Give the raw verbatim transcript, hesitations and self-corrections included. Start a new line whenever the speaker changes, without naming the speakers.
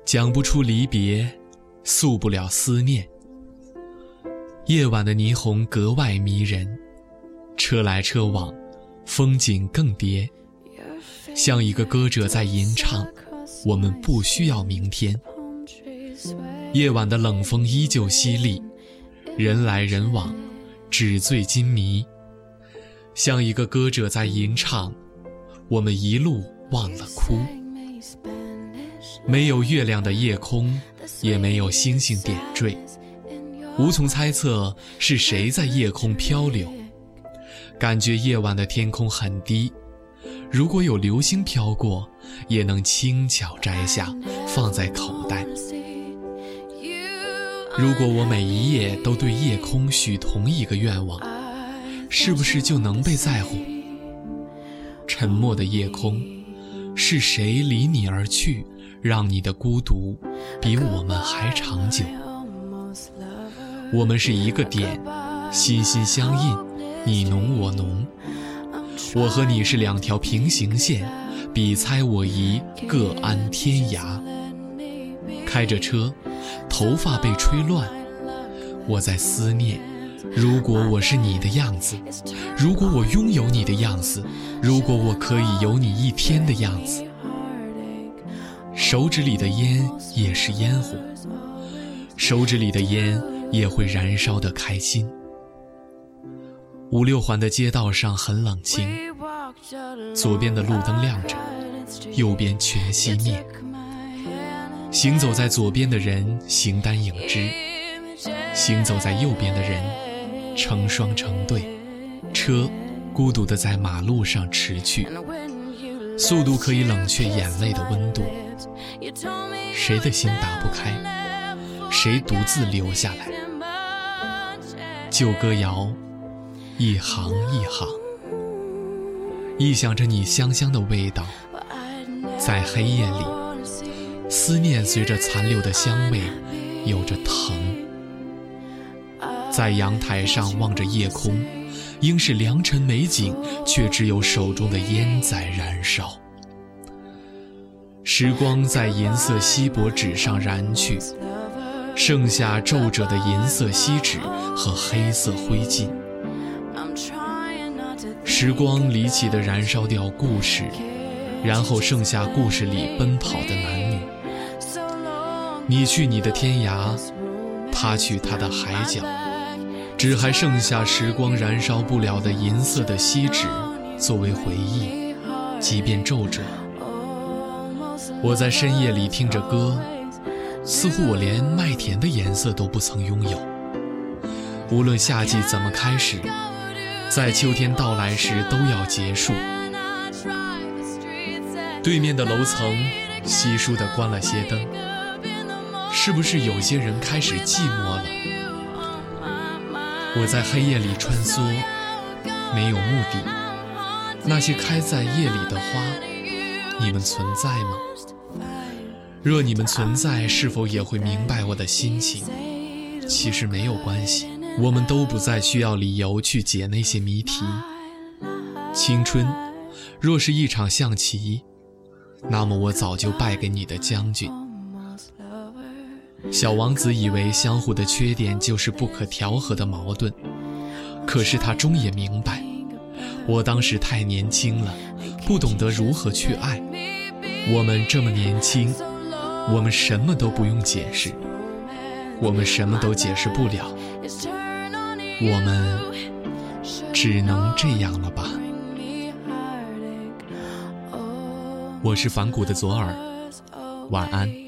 讲不出离别，诉不了思念。夜晚的霓虹格外迷人，车来车往，风景更迭，像一个歌者在吟唱，我们不需要明天。夜晚的冷风依旧犀利，人来人往，纸醉金迷，像一个歌者在吟唱，我们一路忘了哭。没有月亮的夜空，也没有星星点缀，无从猜测是谁在夜空漂流。感觉夜晚的天空很低，如果有流星飘过，也能轻巧摘下，放在口袋。如果我每一夜都对夜空许同一个愿望，是不是就能被在乎？沉默的夜空，是谁离你而去，让你的孤独比我们还长久？我们是一个点，心心相印，你侬我侬。我和你是两条平行线，彼猜我疑，各安天涯。开着车，头发被吹乱，我在思念，如果我是你的样子，如果我拥有你的样子，如果我可以有你一天的样子。手指里的烟也是烟火，手指里的烟也会燃烧得开心。五六环的街道上很冷清，左边的路灯亮着，右边全熄灭。行走在左边的人形单影只，行走在右边的人成双成对。车孤独地在马路上驰去，速度可以冷却眼泪的温度。谁的心打不开，谁独自留下来。旧歌谣一行一行，忆想着你香香的味道。在黑夜里，思念随着残留的香味有着疼。在阳台上望着夜空，应是良辰美景，却只有手中的烟在燃烧。时光在银色锡箔纸上燃去，剩下皱褶的银色锡纸和黑色灰烬。时光离奇地燃烧掉故事，然后剩下故事里奔跑的男女。你去你的天涯，他去他的海角，只还剩下时光燃烧不了的银色的锡纸作为回忆，即便皱褶。我在深夜里听着歌，似乎我连麦田的颜色都不曾拥有。无论夏季怎么开始，在秋天到来时都要结束。对面的楼层稀疏地关了些灯，是不是有些人开始寂寞了？我在黑夜里穿梭，没有目的。那些开在夜里的花，你们存在吗？若你们存在，是否也会明白我的心情？其实没有关系，我们都不再需要理由去解那些谜题。青春若是一场象棋，那么我早就败给你的将军。小王子以为相互的缺点就是不可调和的矛盾，可是他终也明白，我当时太年轻了，不懂得如何去爱。我们这么年轻，我们什么都不用解释，我们什么都解释不了，我们只能这样了吧。我是反骨的左耳，晚安。